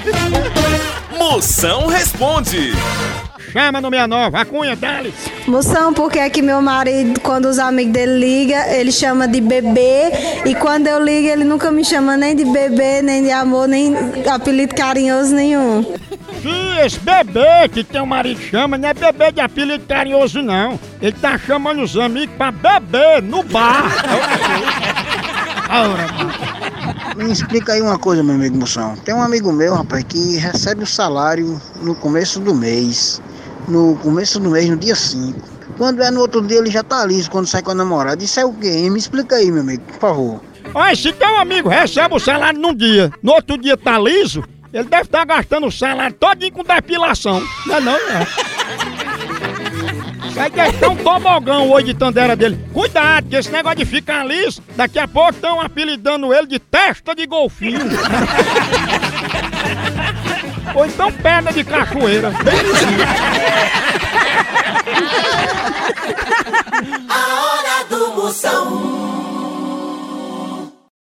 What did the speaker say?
Moção responde. Chama no 69, a cunha dele. Moção, porque é que meu marido, quando os amigos dele ligam, ele chama de bebê. E quando eu ligo, ele nunca me chama nem de bebê, nem de amor, nem apelido carinhoso nenhum. Sim, esse bebê que teu marido chama não é bebê de apelido carinhoso, não. Ele tá chamando os amigos pra beber no bar. Me explica aí uma coisa, meu amigo Moção. Tem um amigo meu, rapaz, que recebe o salário no começo do mês. No começo do mês, no dia 5. Quando é no outro dia, ele já tá liso quando sai com a namorada. Isso é o quê? Me explica aí, meu amigo, por favor. Olha, se teu amigo recebe o salário num dia, no outro dia tá liso, ele deve estar gastando o salário todinho com depilação. Não é não, é? Vai gastar um tobogão hoje de tandera dele. Cuidado, que esse negócio de ficar liso, daqui a pouco estão apelidando ele de testa de golfinho. Ou então perna de cachoeira. A hora do Moção.